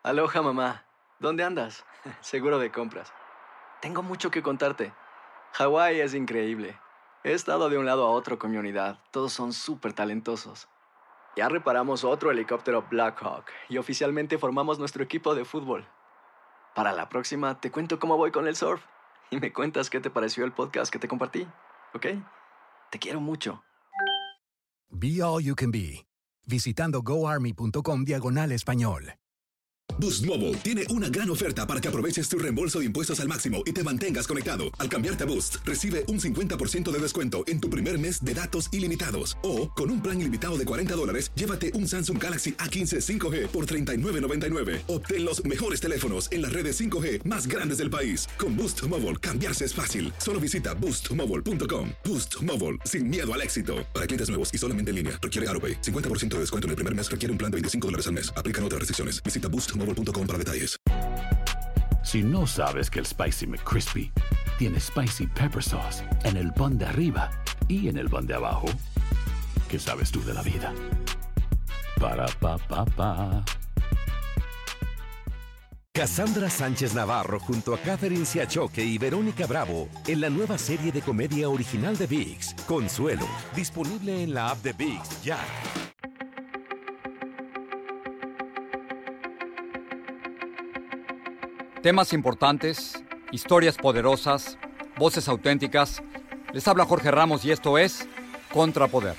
Aloha, mamá. ¿Dónde andas? Seguro de compras. Tengo mucho que contarte. Hawái es increíble. He estado de un lado a otro con mi unidad. Todos son súper talentosos. Ya reparamos otro helicóptero Blackhawk y oficialmente formamos nuestro equipo de fútbol. Para la próxima te cuento cómo voy con el surf y me cuentas qué te pareció el podcast que te compartí, ¿ok? Te quiero mucho. Be All You Can Be, visitando goarmy.com/español. Boost Mobile tiene una gran oferta para que aproveches tu reembolso de impuestos al máximo y te mantengas conectado. Al cambiarte a Boost, recibe un 50% de descuento en tu primer mes de datos ilimitados. O, con un plan ilimitado de $40, llévate un Samsung Galaxy A15 5G por $39.99. Obtén los mejores teléfonos en las redes 5G más grandes del país. Con Boost Mobile, cambiarse es fácil. Solo visita boostmobile.com. Boost Mobile, sin miedo al éxito. Para clientes nuevos y solamente en línea, requiere AutoPay. 50% de descuento en el primer mes requiere un plan de $25 al mes. Aplican otras restricciones. Visita boostmobile.com para detalles. Si no sabes que el Spicy McCrispy tiene Spicy Pepper Sauce en el pan de arriba y en el pan de abajo, ¿qué sabes tú de la vida? Para, pa, pa, pa. Cassandra Sánchez Navarro junto a Catherine Siachoque y Verónica Bravo en la nueva serie de comedia original de ViX, Consuelo, disponible en la app de ViX ya. Temas importantes, historias poderosas, voces auténticas. Les habla Jorge Ramos y esto es Contrapoder.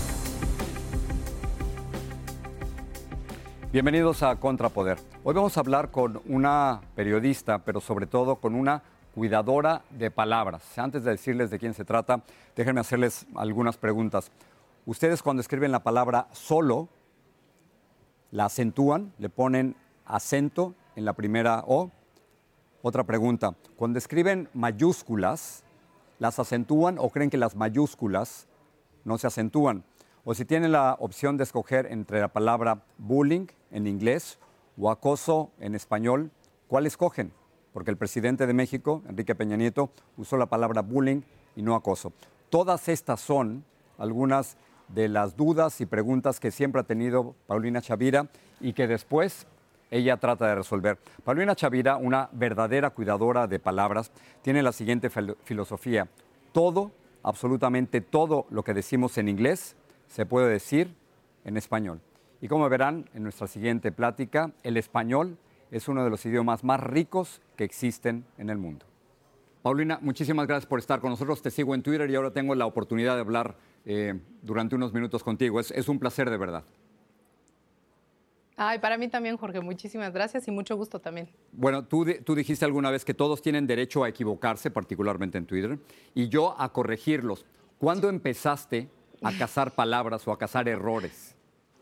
Bienvenidos a Contrapoder. Hoy vamos a hablar con una periodista, pero sobre todo con una cuidadora de palabras. Antes de decirles de quién se trata, déjenme hacerles algunas preguntas. Ustedes cuando escriben la palabra solo, la acentúan, le ponen acento en la primera O. Otra pregunta, cuando escriben mayúsculas, ¿las acentúan o creen que las mayúsculas no se acentúan? O si tienen la opción de escoger entre la palabra bullying en inglés o acoso en español, ¿cuál escogen? Porque el presidente de México, Enrique Peña Nieto, usó la palabra bullying y no acoso. Todas estas son algunas de las dudas y preguntas que siempre ha tenido Paulina Chavira y que después ella trata de resolver. Paulina Chavira, una verdadera cuidadora de palabras, tiene la siguiente filosofía. Todo, absolutamente todo lo que decimos en inglés se puede decir en español. Y como verán en nuestra siguiente plática, el español es uno de los idiomas más ricos que existen en el mundo. Paulina, muchísimas gracias por estar con nosotros. Te sigo en Twitter y ahora tengo la oportunidad de hablar durante unos minutos contigo. Es un placer de verdad. Ay, para mí también, Jorge, muchísimas gracias y mucho gusto también. Bueno, tú dijiste alguna vez que todos tienen derecho a equivocarse, particularmente en Twitter, y yo a corregirlos. ¿Cuándo empezaste a cazar palabras o a cazar errores?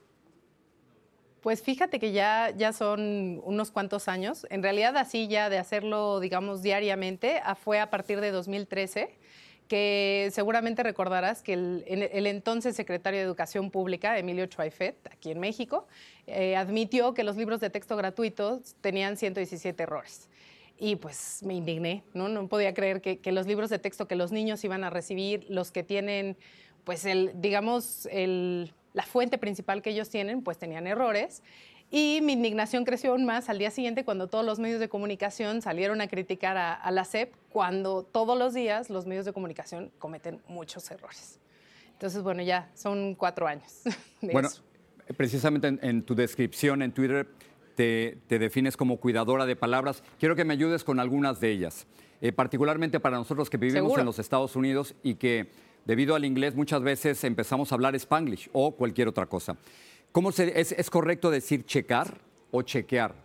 Pues fíjate que ya son unos cuantos años. En realidad, así ya de hacerlo, digamos, diariamente, fue a partir de 2013, que seguramente recordarás que el entonces secretario de Educación Pública, Emilio Chuaifet, aquí en México, admitió que los libros de texto gratuitos tenían 117 errores. Y pues me indigné, ¿no? No podía creer que los libros de texto que los niños iban a recibir, los que tienen, pues, la fuente principal que ellos tienen, pues tenían errores. Y mi indignación creció aún más al día siguiente cuando todos los medios de comunicación salieron a criticar a la SEP, cuando todos los días los medios de comunicación cometen muchos errores. Entonces, bueno, ya son 4 años de eso. Precisamente en tu descripción en Twitter te defines como cuidadora de palabras. Quiero que me ayudes con algunas de ellas, particularmente para nosotros que vivimos ¿Seguro? en los Estados Unidos y que debido al inglés muchas veces empezamos a hablar Spanglish o cualquier otra cosa. ¿Es correcto decir checar o chequear?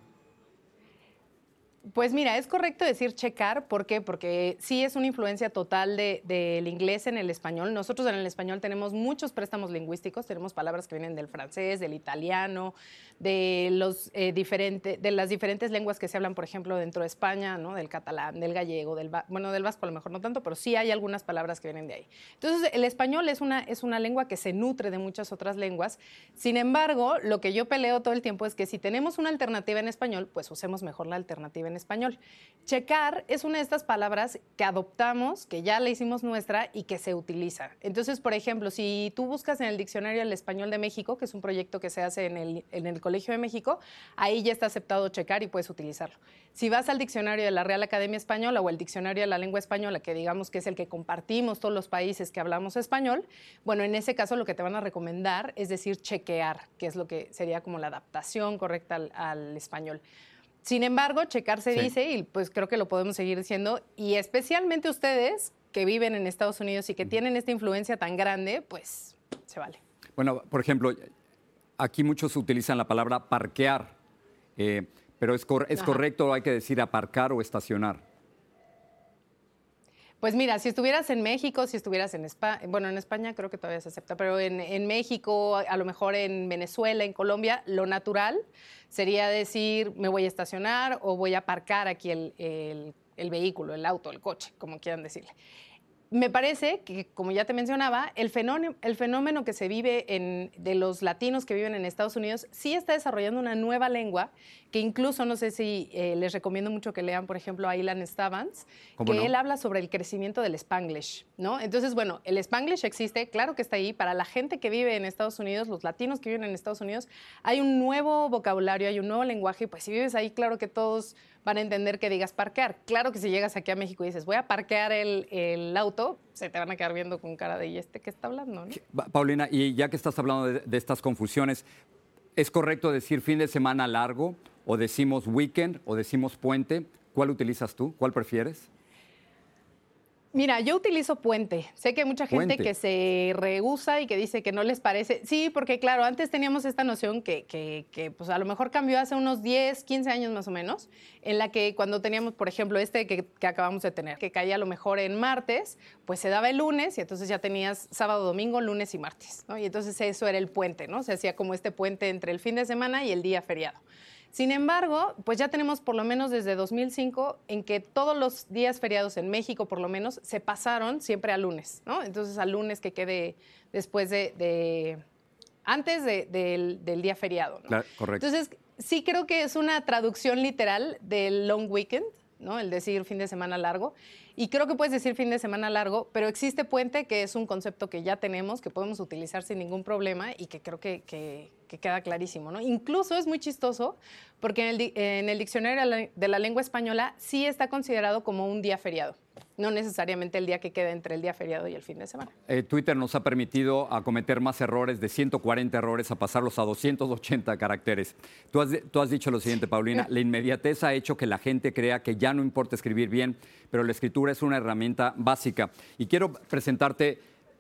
Pues mira, es correcto decir checar. ¿Por qué? Porque sí es una influencia total del inglés en el español. Nosotros en el español tenemos muchos préstamos lingüísticos, tenemos palabras que vienen del francés, del italiano, de las diferentes lenguas que se hablan, por ejemplo, dentro de España, ¿no? Del catalán, del gallego, del vasco a lo mejor no tanto, pero sí hay algunas palabras que vienen de ahí. Entonces, el español es una lengua que se nutre de muchas otras lenguas. Sin embargo, lo que yo peleo todo el tiempo es que si tenemos una alternativa en español, pues usemos mejor la alternativa en en español. Checar es una de estas palabras que adoptamos, que ya la hicimos nuestra y que se utiliza. Entonces, por ejemplo, si tú buscas en el Diccionario del Español de México, que es un proyecto que se hace en el Colegio de México, ahí ya está aceptado checar y puedes utilizarlo. Si vas al Diccionario de la Real Academia Española o el Diccionario de la Lengua Española, que digamos que es el que compartimos todos los países que hablamos español, bueno, en ese caso lo que te van a recomendar es decir chequear, que es lo que sería como la adaptación correcta al español. Sin embargo, checar se dice, y pues creo que lo podemos seguir diciendo, y especialmente ustedes que viven en Estados Unidos y que tienen esta influencia tan grande, pues se vale. Bueno, por ejemplo, aquí muchos utilizan la palabra parquear, pero ¿es correcto o hay que decir aparcar o estacionar? Pues mira, si estuvieras en México, si estuvieras en España, bueno, en España creo que todavía se acepta, pero en México, a lo mejor en Venezuela, en Colombia, lo natural sería decir me voy a estacionar o voy a aparcar aquí el vehículo, el auto, el coche, como quieran decirle. Me parece que, como ya te mencionaba, el fenómeno que se vive de los latinos que viven en Estados Unidos sí está desarrollando una nueva lengua que incluso, no sé si les recomiendo mucho que lean, por ejemplo, a Ilan Stavans, que él habla sobre el crecimiento del Spanglish, ¿no? Entonces, bueno, el Spanglish existe, claro que está ahí. Para la gente que vive en Estados Unidos, los latinos que viven en Estados Unidos, hay un nuevo vocabulario, hay un nuevo lenguaje, pues si vives ahí, claro que todos van a entender que digas parquear. Claro que si llegas aquí a México y dices, voy a parquear el auto, se te van a quedar viendo con cara de, ¿y este qué está hablando? ¿No? Paulina, y ya que estás hablando de estas confusiones, ¿es correcto decir fin de semana largo o decimos weekend o decimos puente? ¿Cuál utilizas tú? ¿Cuál prefieres? Mira, yo utilizo puente. Sé que hay mucha gente que se rehúsa y que dice que no les parece. Sí, porque claro, antes teníamos esta noción que pues a lo mejor cambió hace unos 10, 15 años más o menos, en la que cuando teníamos, por ejemplo, que acabamos de tener, que caía a lo mejor en martes, pues se daba el lunes y entonces ya tenías sábado, domingo, lunes y martes, ¿no? Y entonces eso era el puente, ¿no? Se hacía como este puente entre el fin de semana y el día feriado. Sin embargo, pues ya tenemos por lo menos desde 2005 en que todos los días feriados en México, por lo menos, se pasaron siempre a lunes, ¿no? Entonces, al lunes que quede después antes del día feriado, ¿no? Claro, correcto. Entonces, sí creo que es una traducción literal del long weekend, ¿no? El decir fin de semana largo. Y creo que puedes decir fin de semana largo, pero existe puente, que es un concepto que ya tenemos, que podemos utilizar sin ningún problema y que creo que queda clarísimo, ¿no? Incluso es muy chistoso porque en el Diccionario de la Lengua Española sí está considerado como un día feriado, no necesariamente el día que queda entre el día feriado y el fin de semana. Twitter nos ha permitido cometer más errores, de 140 errores a pasarlos a 280 caracteres. Tú has dicho lo siguiente, Paulina, la inmediatez ha hecho que la gente crea que ya no importa escribir bien, pero la escritura es una herramienta básica. Y quiero presentarte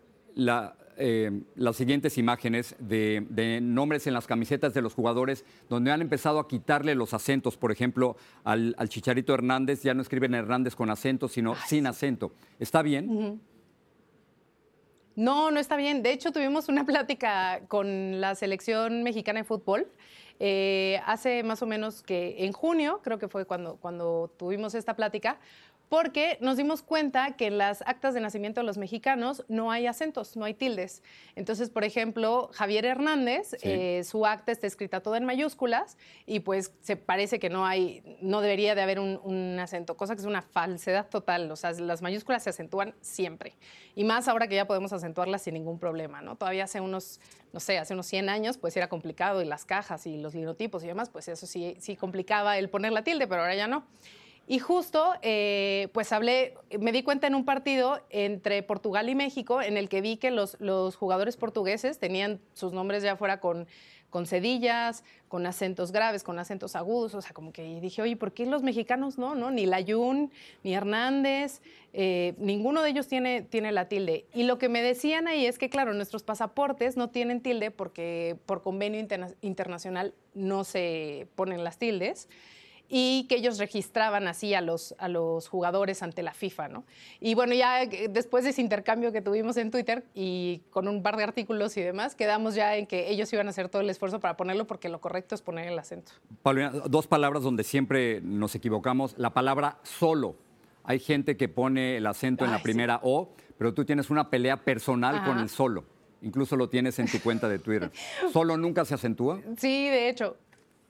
las siguientes imágenes de nombres en las camisetas de los jugadores donde han empezado a quitarle los acentos. Por ejemplo, al Chicharito Hernández ya no escriben Hernández con acento, sino sin acento. ¿Está bien? Uh-huh. No, no está bien. De hecho, tuvimos una plática con la selección mexicana de fútbol hace más o menos que en junio, creo que fue cuando tuvimos esta plática, porque nos dimos cuenta que en las actas de nacimiento de los mexicanos no hay acentos, no hay tildes. Entonces, por ejemplo, Javier Hernández, su acta está escrita toda en mayúsculas y pues se parece que no debería de haber un acento, cosa que es una falsedad total. O sea, las mayúsculas se acentúan siempre. Y más ahora que ya podemos acentuarlas sin ningún problema, ¿no? Todavía hace unos 100 años, pues era complicado y las cajas y los linotipos y demás, pues eso sí complicaba el poner la tilde, pero ahora ya no. Y justo, pues me di cuenta en un partido entre Portugal y México en el que vi que los jugadores portugueses tenían sus nombres ya fuera con cedillas, con acentos graves, con acentos agudos, o sea, como que dije, oye, ¿por qué los mexicanos no? Ni Layún, ni Hernández, ninguno de ellos tiene la tilde. Y lo que me decían ahí es que, claro, nuestros pasaportes no tienen tilde porque por convenio internacional no se ponen las tildes, y que ellos registraban así a los jugadores ante la FIFA, ¿no? Y bueno, ya después de ese intercambio que tuvimos en Twitter y con un par de artículos y demás, quedamos ya en que ellos iban a hacer todo el esfuerzo para ponerlo porque lo correcto es poner el acento. Paulina, dos palabras donde siempre nos equivocamos. La palabra solo. Hay gente que pone el acento en la primera O, pero tú tienes una pelea personal con el solo. Incluso lo tienes en tu cuenta de Twitter. ¿Solo nunca se acentúa? Sí, de hecho.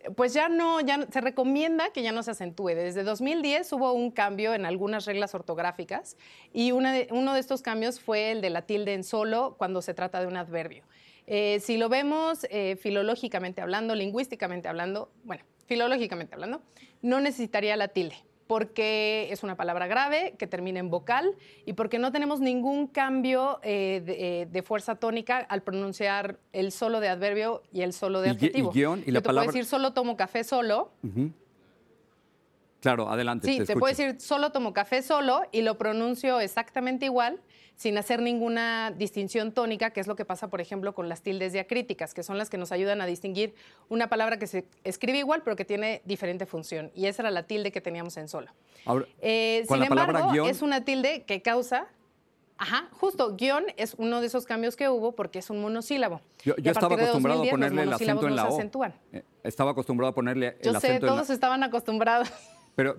Pues ya no, se recomienda que ya no se acentúe. Desde 2010 hubo un cambio en algunas reglas ortográficas y uno de estos cambios fue el de la tilde en solo cuando se trata de un adverbio. Si lo vemos filológicamente hablando, lingüísticamente hablando, filológicamente hablando, no necesitaría la tilde, porque es una palabra grave que termina en vocal y porque no tenemos ningún cambio de fuerza tónica al pronunciar el solo de adverbio y el solo de adjetivo. Y guión, y la te palabra... puedo decir solo tomo café solo. Claro, adelante. Sí, te puedo decir solo tomo café solo y lo pronuncio exactamente igual, sin hacer ninguna distinción tónica, que es lo que pasa, por ejemplo, con las tildes diacríticas, que son las que nos ayudan a distinguir una palabra que se escribe igual, pero que tiene diferente función. Y esa era la tilde que teníamos en solo. Ahora, sin embargo, es una tilde que causa... Ajá, justo, guión es uno de esos cambios que hubo porque es un monosílabo. Yo estaba acostumbrado a ponerle el acento en la O. Acentúan. Estaba acostumbrado a ponerle el acento en la O. Yo sé, todos estaban acostumbrados. Pero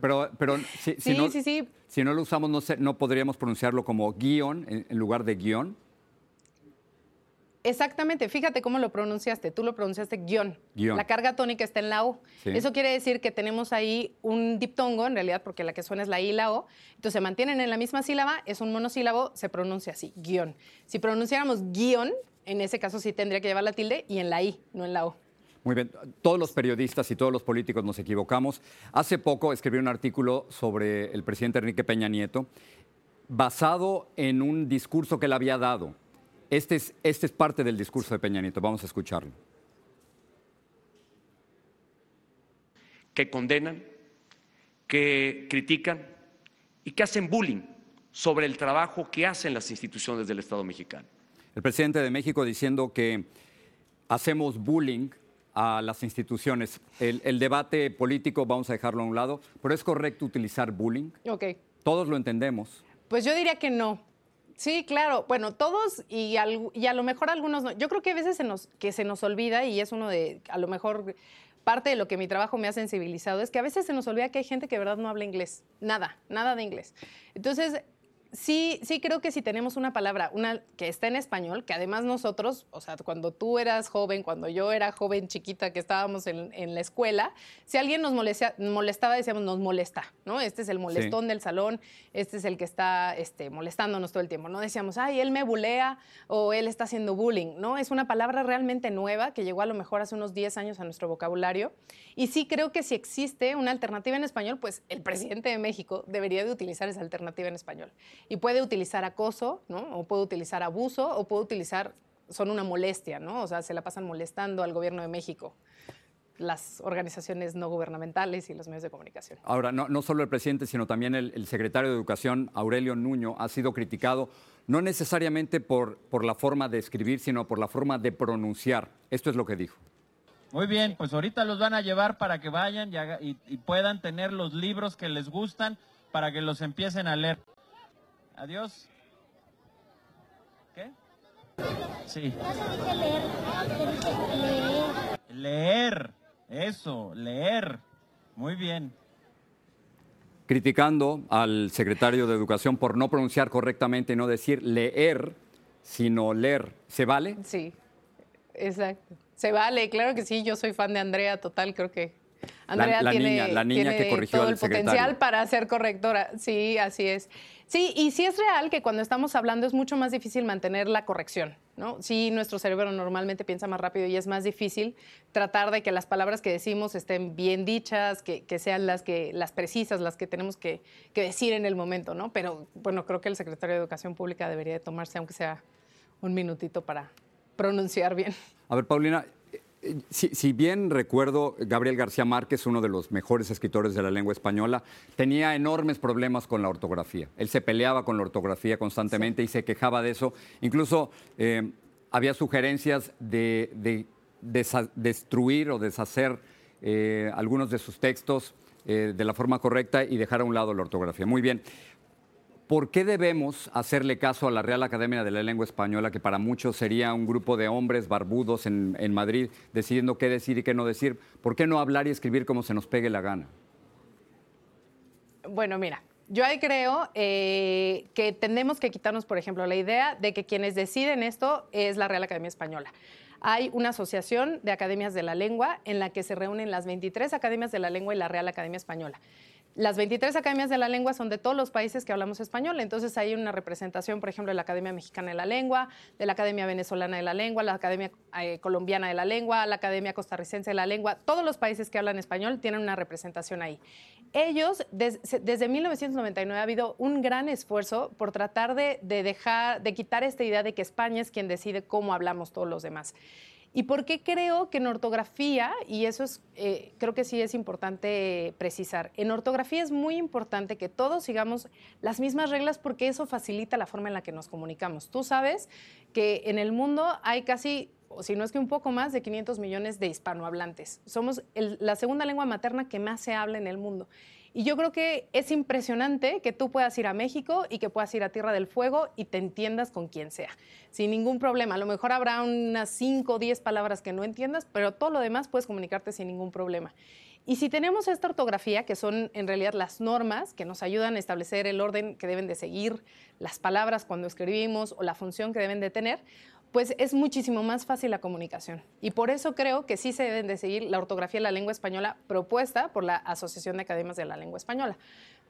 si no lo usamos, no podríamos pronunciarlo como guión en lugar de guión. Exactamente, fíjate cómo lo pronunciaste. Tú lo pronunciaste guión. La carga tónica está en la O. Sí. Eso quiere decir que tenemos ahí un diptongo, en realidad, porque la que suena es la I y la O. Entonces se mantienen en la misma sílaba, es un monosílabo, se pronuncia así, guión. Si pronunciáramos guión, en ese caso sí tendría que llevar la tilde y en la I, no en la O. Muy bien, todos los periodistas y todos los políticos nos equivocamos. Hace poco escribí un artículo sobre el presidente Enrique Peña Nieto, basado en un discurso que él había dado. Este es parte del discurso de Peña Nieto, vamos a escucharlo. Que condenan, que critican y que hacen bullying sobre el trabajo que hacen las instituciones del Estado mexicano. El presidente de México diciendo que hacemos bullying a las instituciones. El debate político vamos a dejarlo a un lado, pero ¿es correcto utilizar bullying? Ok. Todos lo entendemos. Pues yo diría que no. Sí, claro. Bueno, todos y a lo mejor algunos no. Yo creo que a veces se nos olvida y es uno de, a lo mejor, parte de lo que mi trabajo me ha sensibilizado, es que a veces se nos olvida que hay gente que de verdad no habla inglés. Nada de inglés. Entonces, sí creo que si tenemos una palabra, una que está en español, que además nosotros, o sea, cuando tú eras joven, cuando yo era joven chiquita, que estábamos en la escuela, si alguien nos molestaba, decíamos, nos molesta, ¿no? Este es el molestón del salón, este es el que está molestándonos todo el tiempo, ¿no? Decíamos, ay, él me bulea o él está haciendo bullying, ¿no? Es una palabra realmente nueva que llegó a lo mejor hace unos 10 años a nuestro vocabulario. Y sí creo que si existe una alternativa en español, pues el presidente de México debería de utilizar esa alternativa en español. Y puede utilizar acoso, ¿no? O puede utilizar abuso, o puede utilizar, son una molestia, ¿no? O sea, se la pasan molestando al gobierno de México, las organizaciones no gubernamentales y los medios de comunicación. Ahora, no solo el presidente, sino también el secretario de Educación, Aurelio Nuño, ha sido criticado, no necesariamente por la forma de escribir, sino por la forma de pronunciar. Esto es lo que dijo. Muy bien, pues ahorita los van a llevar para que vayan y puedan tener los libros que les gustan para que los empiecen a leer. Adiós. ¿Qué? Sí. Leer. Eso, leer. Muy bien. Criticando al secretario de Educación por no pronunciar correctamente y no decir leer, sino leer. ¿Se vale? Sí, exacto. Se vale, claro que sí. Yo soy fan de Andrea, total, creo que Andrea la tiene niña que corrigió todo al el potencial secretario para ser correctora. Sí, así es. Sí, y sí es real que cuando estamos hablando es mucho más difícil mantener la corrección, ¿no? Sí, nuestro cerebro normalmente piensa más rápido y es más difícil tratar de que las palabras que decimos estén bien dichas, que sean las precisas, las que tenemos que decir en el momento, ¿no? Pero, bueno, creo que el secretario de Educación Pública debería de tomarse, aunque sea un minutito, para pronunciar bien. A ver, Paulina, si bien recuerdo, Gabriel García Márquez, uno de los mejores escritores de la lengua española, tenía enormes problemas con la ortografía. Él se peleaba con la ortografía constantemente y se quejaba de eso. Incluso había sugerencias de destruir o deshacer algunos de sus textos de la forma correcta y dejar a un lado la ortografía. Muy bien. ¿Por qué debemos hacerle caso a la Real Academia de la Lengua Española, que para muchos sería un grupo de hombres barbudos en Madrid decidiendo qué decir y qué no decir? ¿Por qué no hablar y escribir como se nos pegue la gana? Bueno, mira, yo ahí creo que tenemos que quitarnos, por ejemplo, la idea de que quienes deciden esto es la Real Academia Española. hay una asociación de academias de la lengua en la que se reúnen las 23 academias de la lengua y la Real Academia Española. Las 23 academias de la lengua son de todos los países que hablamos español, entonces hay una representación, por ejemplo, de la Academia Mexicana de la Lengua, de la Academia Venezolana de la Lengua, la Academia Colombiana de la Lengua, la Academia Costarricense de la Lengua. Todos los países que hablan español tienen una representación ahí. Ellos, desde 1999 ha habido un gran esfuerzo por tratar de quitar esta idea de que España es quien decide cómo hablamos todos los demás. ¿Y por qué creo que en ortografía, y eso es, creo que sí es importante precisar, en ortografía es muy importante que todos sigamos las mismas reglas porque eso facilita la forma en la que nos comunicamos? Tú sabes que en el mundo hay casi, o si no es que un poco más, de 500 millones de hispanohablantes. Somos la segunda lengua materna que más se habla en el mundo. Y yo creo que es impresionante que tú puedas ir a México y que puedas ir a Tierra del Fuego y te entiendas con quien sea, sin ningún problema. A lo mejor habrá unas 5 o 10 palabras que no entiendas, pero todo lo demás puedes comunicarte sin ningún problema. Y si tenemos esta ortografía, que son en realidad las normas que nos ayudan a establecer el orden que deben de seguir las palabras cuando escribimos o la función que deben de tener, pues es muchísimo más fácil la comunicación. Y por eso creo que sí se deben de seguir la ortografía de la lengua española propuesta por la Asociación de Academias de la Lengua Española.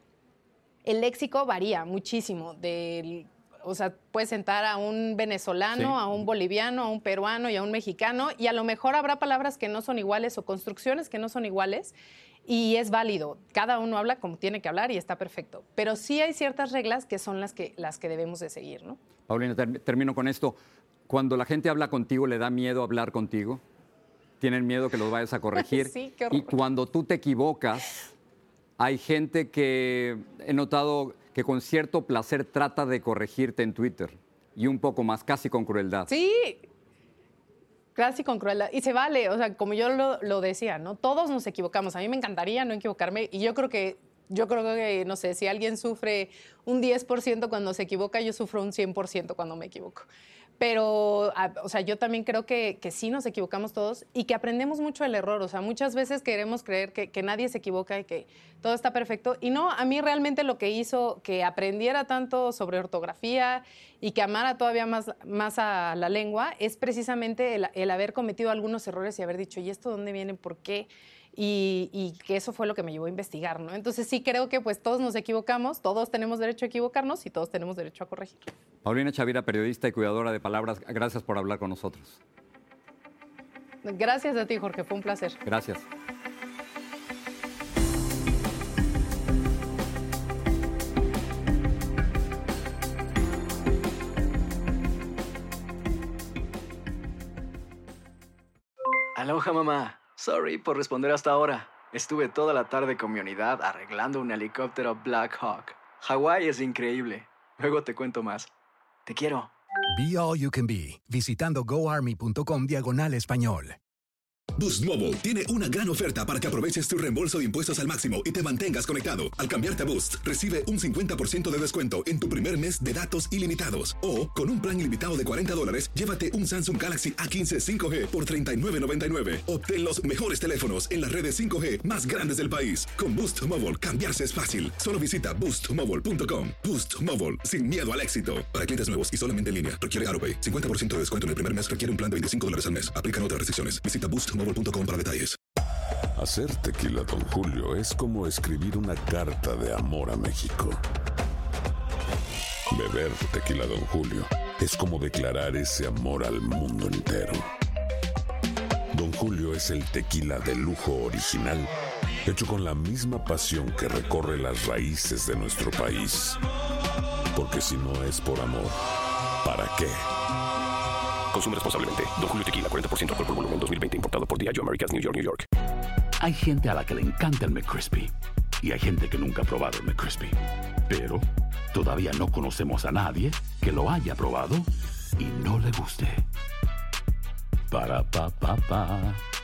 El léxico varía muchísimo. O sea, puedes sentar a un venezolano, sí, a un boliviano, a un peruano y a un mexicano, y a lo mejor habrá palabras que no son iguales o construcciones que no son iguales, y es válido. Cada uno habla como tiene que hablar y está perfecto. Pero sí hay ciertas reglas que son las que debemos de seguir, ¿no? Paulina, termino con esto. Cuando la gente habla contigo, ¿le da miedo hablar contigo? ¿Tienen miedo que los vayas a corregir? Sí, qué horror. Y cuando tú te equivocas, hay gente que he notado que con cierto placer trata de corregirte en Twitter. Y un poco más, casi con crueldad. Sí, casi con crueldad. Y se vale, o sea, como yo lo decía, ¿no? Todos nos equivocamos. A mí me encantaría no equivocarme y yo creo que, no sé, si alguien sufre un 10% cuando se equivoca, yo sufro un 100% cuando me equivoco. Pero, o sea, yo también creo que sí nos equivocamos todos y que aprendemos mucho del error. O sea, muchas veces queremos creer que nadie se equivoca y que todo está perfecto. Y no, a mí realmente lo que hizo que aprendiera tanto sobre ortografía y que amara todavía más a la lengua es precisamente el haber cometido algunos errores y haber dicho, ¿y esto dónde viene? ¿Por qué? Y que eso fue lo que me llevó a investigar, ¿no? Entonces sí creo que pues todos nos equivocamos, todos tenemos derecho a equivocarnos y todos tenemos derecho a corregir. Paulina Chavira, periodista y cuidadora de palabras, gracias por hablar con nosotros. Gracias a ti, Jorge, fue un placer. Gracias. Aloha, mamá. Sorry por responder hasta ahora. Estuve toda la tarde con mi unidad arreglando un helicóptero Black Hawk. Hawái es increíble. Luego te cuento más. Te quiero. Be All You Can Be, visitando goarmy.com/español. Boost Mobile tiene una gran oferta para que aproveches tu reembolso de impuestos al máximo y te mantengas conectado. Al cambiarte a Boost, recibe un 50% de descuento en tu primer mes de datos ilimitados. O, con un plan ilimitado de $40, llévate un Samsung Galaxy A15 5G por $39.99. Obtén los mejores teléfonos en las redes 5G más grandes del país. Con Boost Mobile, cambiarse es fácil. Solo visita boostmobile.com. Boost Mobile, sin miedo al éxito. Para clientes nuevos y solamente en línea, requiere AutoPay. 50% de descuento en el primer mes requiere un plan de $25 al mes. Aplican otras restricciones. Visita boostmobile.com para detalles. Hacer tequila Don Julio es como escribir una carta de amor a México. Beber tequila Don Julio es como declarar ese amor al mundo entero. Don Julio es el tequila de lujo original, hecho con la misma pasión que recorre las raíces de nuestro país. Porque si no es por amor, ¿para qué? Consume responsablemente. Don Julio Tequila, 40% alcohol por volumen, 2020. Importado por Diageo Americas, New York, New York. Hay gente a la que le encanta el McCrispy y hay gente que nunca ha probado el McCrispy. Pero todavía no conocemos a nadie que lo haya probado y no le guste. Para, pa, pa, pa.